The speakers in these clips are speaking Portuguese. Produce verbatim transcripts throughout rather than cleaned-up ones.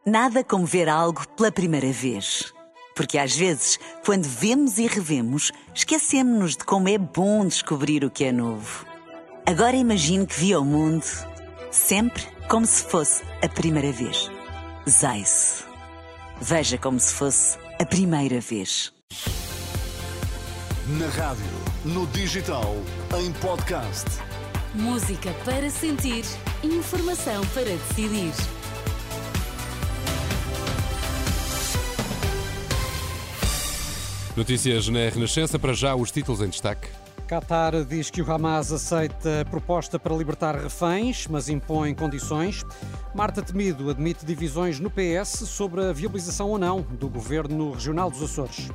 Nada como ver algo pela primeira vez. Porque às vezes, quando vemos e revemos, esquecemos-nos de como é bom descobrir o que é novo. Agora imagine que viu o mundo sempre como se fosse a primeira vez. Zais. Veja como se fosse a primeira vez. Na rádio, no digital, em podcast. Música para sentir, informação para decidir. Notícias na Renascença, para já os títulos em destaque. Qatar diz que o Hamas aceita a proposta para libertar reféns, mas impõe condições. Marta Temido admite divisões no P S sobre a viabilização ou não do governo regional dos Açores.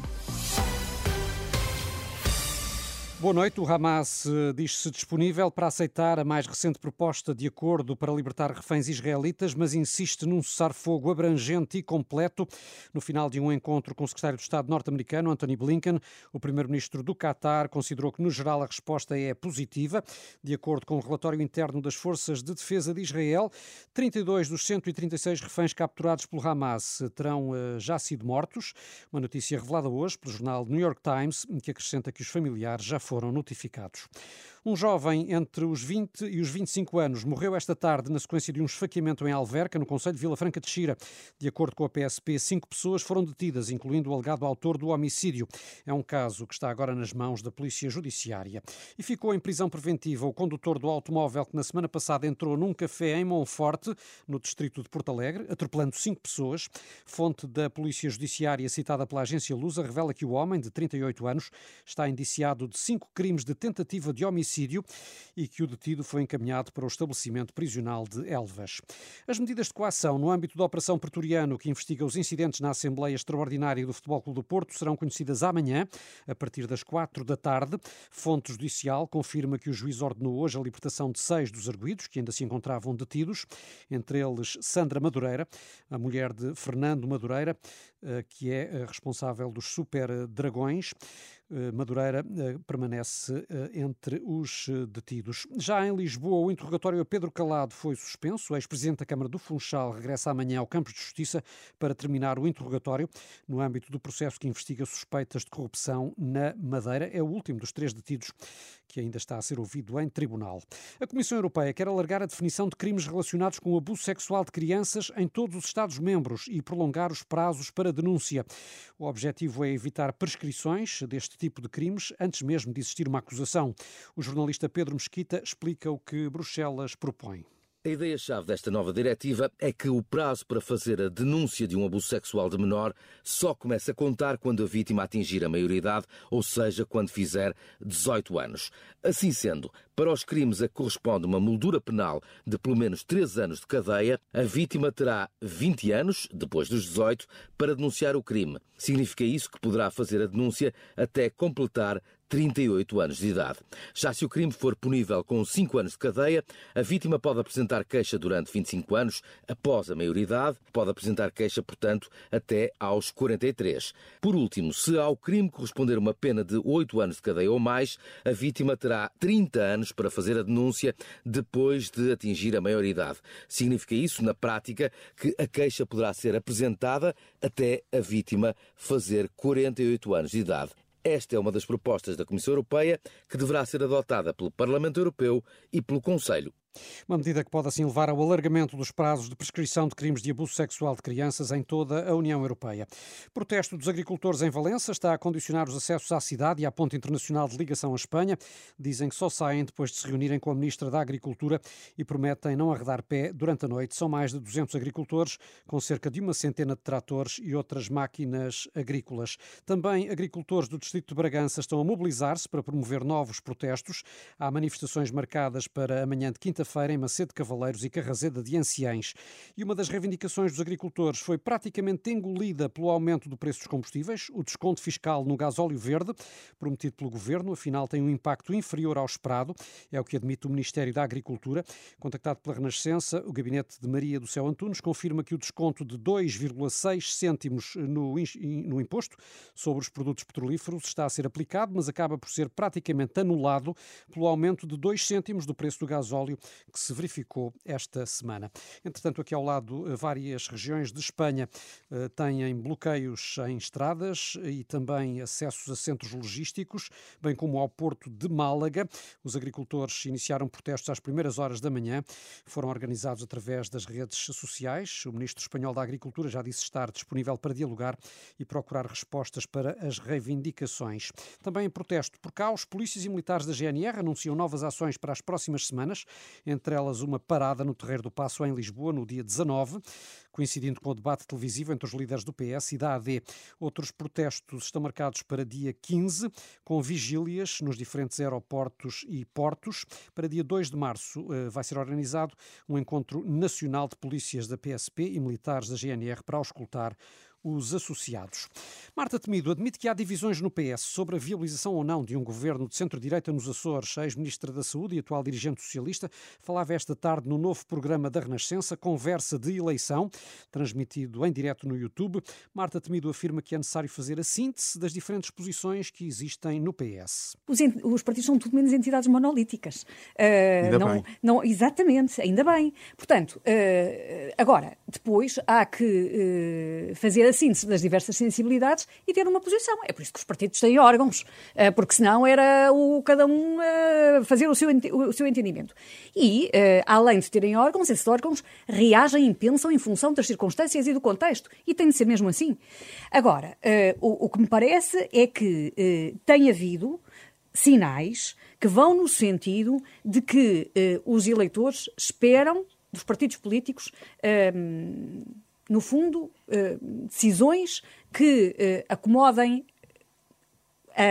Boa noite. O Hamas diz-se disponível para aceitar a mais recente proposta de acordo para libertar reféns israelitas, mas insiste num cessar-fogo abrangente e completo. No final de um encontro com o secretário de Estado norte-americano, Antony Blinken, o primeiro-ministro do Qatar considerou que, no geral, a resposta é positiva. De acordo com o relatório interno das Forças de Defesa de Israel, trinta e dois dos cento e trinta e seis reféns capturados pelo Hamas terão uh, já sido mortos. Uma notícia revelada hoje pelo jornal New York Times, que acrescenta que os familiares já foram foram notificados. Um jovem entre os vinte e os vinte e cinco anos morreu esta tarde na sequência de um esfaqueamento em Alverca, no concelho de Vila Franca de Xira. De acordo com a P S P, cinco pessoas foram detidas, incluindo o alegado autor do homicídio. É um caso que está agora nas mãos da Polícia Judiciária. E ficou em prisão preventiva o condutor do automóvel que na semana passada entrou num café em Monforte, no distrito de Porto Alegre, atropelando cinco pessoas. Fonte da Polícia Judiciária citada pela agência Lusa revela que o homem, de trinta e oito anos, está indiciado de cinco crimes de tentativa de homicídio e que o detido foi encaminhado para o estabelecimento prisional de Elvas. As medidas de coação no âmbito da Operação Pretoriano, que investiga os incidentes na Assembleia Extraordinária do Futebol Clube do Porto, serão conhecidas amanhã, a partir das quatro da tarde. Fonte judicial confirma que o juiz ordenou hoje a libertação de seis dos arguidos, que ainda se encontravam detidos, entre eles Sandra Madureira, a mulher de Fernando Madureira, que é responsável dos Super Dragões. Madureira permanece entre os detidos. Já em Lisboa, o interrogatório a Pedro Calado foi suspenso. O ex-presidente da Câmara do Funchal regressa amanhã ao Campos de Justiça para terminar o interrogatório no âmbito do processo que investiga suspeitas de corrupção na Madeira. É o último dos três detidos que ainda está a ser ouvido em tribunal. A Comissão Europeia quer alargar a definição de crimes relacionados com o abuso sexual de crianças em todos os Estados-membros e prolongar os prazos para denúncia. O objetivo é evitar prescrições deste tipo de crimes antes mesmo de existir uma acusação. O jornalista Pedro Mesquita explica o que Bruxelas propõe. A ideia-chave desta nova diretiva é que o prazo para fazer a denúncia de um abuso sexual de menor só começa a contar quando a vítima atingir a maioridade, ou seja, quando fizer dezoito anos. Assim sendo, para os crimes a que corresponde uma moldura penal de pelo menos três anos de cadeia, a vítima terá vinte anos, depois dos dezoito, para denunciar o crime. Significa isso que poderá fazer a denúncia até completar trinta e oito anos de idade. Já se o crime for punível com cinco anos de cadeia, a vítima pode apresentar queixa durante vinte e cinco anos após a maioridade, pode apresentar queixa, portanto, até aos quarenta e três. Por último, se ao crime corresponder uma pena de oito anos de cadeia ou mais, a vítima terá trinta anos para fazer a denúncia depois de atingir a maioridade. Significa isso, na prática, que a queixa poderá ser apresentada até a vítima fazer quarenta e oito anos de idade. Esta é uma das propostas da Comissão Europeia que deverá ser adotada pelo Parlamento Europeu e pelo Conselho. Uma medida que pode assim levar ao alargamento dos prazos de prescrição de crimes de abuso sexual de crianças em toda a União Europeia. Protesto dos agricultores em Valença está a condicionar os acessos à cidade e à ponte internacional de ligação à Espanha. Dizem que só saem depois de se reunirem com a Ministra da Agricultura e prometem não arredar pé durante a noite. São mais de duzentos agricultores, com cerca de uma centena de tratores e outras máquinas agrícolas. Também agricultores do Distrito de Bragança estão a mobilizar-se para promover novos protestos. Há manifestações marcadas para amanhã de quinta-feira em Macedo de Cavaleiros e Carrazeda de Anciães. E uma das reivindicações dos agricultores foi praticamente engolida pelo aumento do preço dos combustíveis. O desconto fiscal no gasóleo verde, prometido pelo Governo, afinal tem um impacto inferior ao esperado, é o que admite o Ministério da Agricultura. Contactado pela Renascença, o gabinete de Maria do Céu Antunes confirma que o desconto de dois vírgula seis cêntimos no, no imposto sobre os produtos petrolíferos está a ser aplicado, mas acaba por ser praticamente anulado pelo aumento de dois cêntimos do preço do gasóleo que se verificou esta semana. Entretanto, aqui ao lado, várias regiões de Espanha têm bloqueios em estradas e também acessos a centros logísticos, bem como ao porto de Málaga. Os agricultores iniciaram protestos às primeiras horas da manhã. Foram organizados através das redes sociais. O ministro espanhol da Agricultura já disse estar disponível para dialogar e procurar respostas para as reivindicações. Também em protesto por cá, os polícias e militares da G N R anunciam novas ações para as próximas semanas, entre elas uma parada no Terreiro do Paço em Lisboa no dia dezanove, coincidindo com o debate televisivo entre os líderes do P S e da A D. Outros protestos estão marcados para dia quinze, com vigílias nos diferentes aeroportos e portos. Para dia dois de março vai ser organizado um encontro nacional de polícias da P S P e militares da G N R para auscultar os associados. Marta Temido admite que há divisões no P S sobre a viabilização ou não de um governo de centro-direita nos Açores. A ex-ministra da Saúde e atual dirigente socialista falava esta tarde no novo programa da Renascença, Conversa de Eleição, transmitido em direto no YouTube. Marta Temido afirma que é necessário fazer a síntese das diferentes posições que existem no P S. Os, os partidos são tudo menos entidades monolíticas. Uh, ainda não, bem. Não, exatamente, ainda bem. Portanto, uh, agora, depois há que uh, fazer a síntese das diversas sensibilidades e ter uma posição. É por isso que os partidos têm órgãos, porque senão era o, cada um fazer o seu, o seu entendimento. E, além de terem órgãos, esses órgãos reagem e pensam em função das circunstâncias e do contexto. E tem de ser mesmo assim. Agora, o, o que me parece é que tem havido sinais que vão no sentido de que os eleitores esperam dos partidos políticos no fundo, decisões que acomodem a,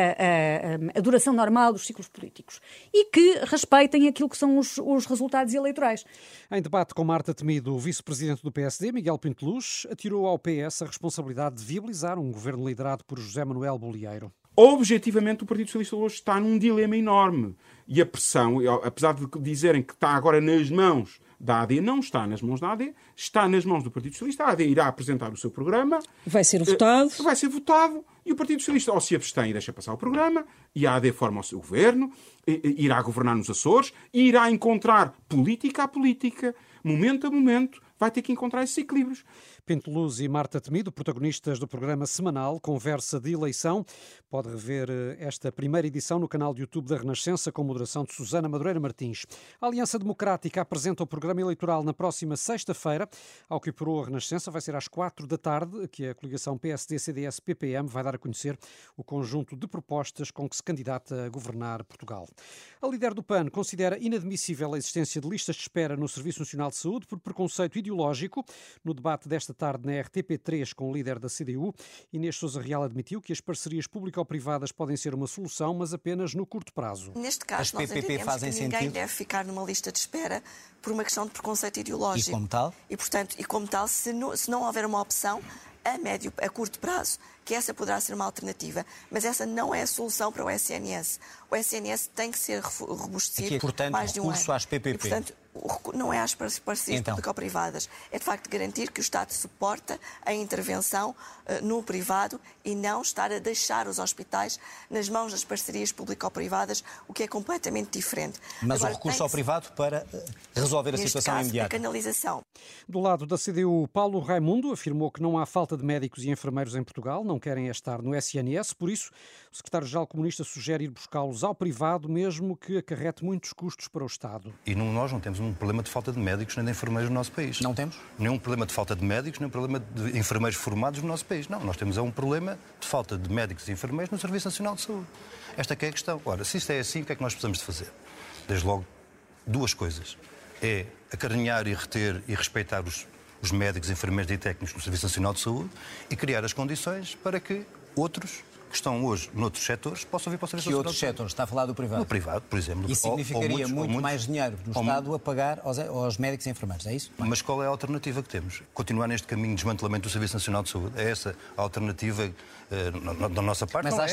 a, a duração normal dos ciclos políticos e que respeitem aquilo que são os, os resultados eleitorais. Em debate com Marta Temido, o vice-presidente do P S D, Miguel Pinto Luz, atirou ao P S a responsabilidade de viabilizar um governo liderado por José Manuel Bolieiro. Objetivamente, o Partido Socialista hoje está num dilema enorme. E a pressão, apesar de dizerem que está agora nas mãos da A D, não está nas mãos da A D, está nas mãos do Partido Socialista. A AD irá apresentar o seu programa. Vai ser votado. Vai ser votado. E o Partido Socialista ou se abstém e deixa passar o programa, e a A D forma o seu governo, irá governar nos Açores, e irá encontrar política a política, momento a momento, vai ter que encontrar esses equilíbrios. Pinto Luz e Marta Temido, protagonistas do programa semanal Conversa de Eleição. Pode rever esta primeira edição no canal de YouTube da Renascença, com moderação de Susana Madureira Martins. A Aliança Democrática apresenta o programa eleitoral na próxima sexta-feira. Ao que apurou a Renascença, vai ser às quatro da tarde que a coligação P S D C D S P P M vai dar a conhecer o conjunto de propostas com que se candidata a governar Portugal. A líder do P A N considera inadmissível a existência de listas de espera no Serviço Nacional de Saúde por preconceito ideológico. No debate desta tarde na R T P três com o líder da C D U, Inês Sousa Real admitiu que as parcerias público-privadas podem ser uma solução, mas apenas no curto prazo. Neste caso, as nós P P P entendemos fazem que ninguém sentido? deve ficar numa lista de espera por uma questão de preconceito ideológico. E como tal? E, portanto, e como tal, se não, se não houver uma opção a médio, a curto prazo, que essa poderá ser uma alternativa, mas essa não é a solução para o S N S. O S N S tem que ser robustecido Aqui é, portanto, mais de um ano. recurso às P P P. E, portanto, não é às parcerias então. público-privadas. É, de facto, garantir que o Estado suporta a intervenção uh, no privado e não estar a deixar os hospitais nas mãos das parcerias público-privadas, o que é completamente diferente. Mas Agora, o recurso tem-se, ao privado para resolver a neste situação caso, imediata. a canalização. Do lado da C D U, Paulo Raimundo afirmou que não há falta de médicos e enfermeiros em Portugal, não querem estar no S N S, por isso o secretário-geral comunista sugere ir buscá-los ao privado, mesmo que acarrete muitos custos para o Estado. E não, nós não temos um problema de falta de médicos nem de enfermeiros no nosso país. Não temos? Nenhum problema de falta de médicos, nem um problema de enfermeiros formados no nosso país. Não, nós temos é um problema de falta de médicos e enfermeiros no Serviço Nacional de Saúde. Esta que é a questão. Ora, se isto é assim, o que é que nós precisamos de fazer? Desde logo, duas coisas. É acarinhar e reter e respeitar os, os médicos, enfermeiros e técnicos no Serviço Nacional de Saúde e criar as condições para que outros que estão hoje noutros setores possam vir para o Serviço Nacional de Saúde. Que outros setores? Está a falar do privado? No privado, por exemplo. Isso significaria ou, ou muitos, muito muitos, mais dinheiro do Estado ou, a pagar aos, aos médicos e enfermeiros, é isso? Mas qual é a alternativa que temos? Continuar neste caminho de desmantelamento do Serviço Nacional de Saúde? É essa a alternativa uh, na, na nossa parte? Mas não acha é essa. que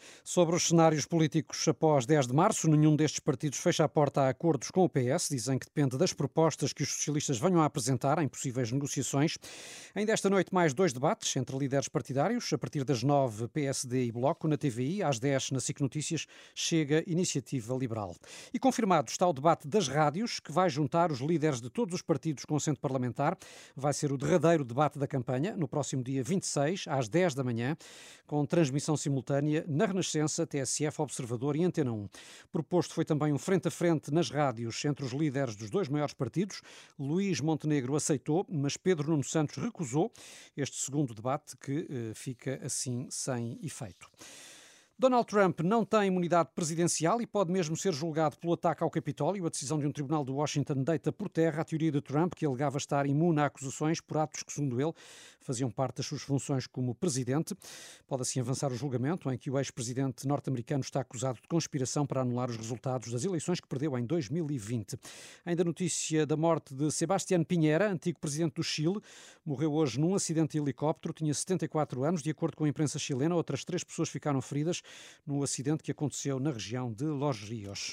Sobre os cenários políticos após dez de março, nenhum destes partidos fecha a porta a acordos com o P S. Dizem que depende das propostas que os socialistas venham a apresentar em possíveis negociações. Ainda esta noite, mais dois debates entre líderes partidários. A partir das nove, P S D e Bloco na T V I. Às dez, na SIC Notícias, chega Iniciativa Liberal. E confirmado está o debate das rádios, que vai juntar os líderes de todos os partidos com assento parlamentar. Vai ser o derradeiro debate da campanha, no próximo dia vinte e seis, às dez da manhã, com transmissão simultânea na Renascença, T S F, Observador e Antena um. Proposto foi também um frente a frente nas rádios entre os líderes dos dois maiores partidos. Luís Montenegro aceitou, mas Pedro Nuno Santos recusou este segundo debate, que eh, fica assim sem efeito. Donald Trump não tem imunidade presidencial e pode mesmo ser julgado pelo ataque ao Capitólio. A decisão de um tribunal de Washington deita por terra a teoria de Trump, que alegava estar imune a acusações por atos que, segundo ele, faziam parte das suas funções como presidente. Pode assim avançar o julgamento em que o ex-presidente norte-americano está acusado de conspiração para anular os resultados das eleições que perdeu em dois mil e vinte. Ainda notícia da morte de Sebastián Piñera, antigo presidente do Chile. Morreu hoje num acidente de helicóptero, tinha setenta e quatro anos. De acordo com a imprensa chilena, outras três pessoas ficaram feridas no acidente que aconteceu na região de Los Rios.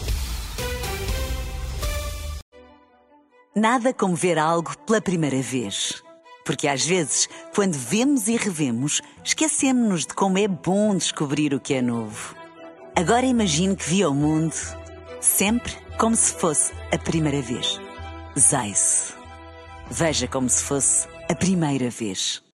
Nada como ver algo pela primeira vez. Porque às vezes, quando vemos e revemos, esquecemos-nos de como é bom descobrir o que é novo. Agora imagine que viu o mundo sempre como se fosse a primeira vez. Zais. Veja como se fosse a primeira vez.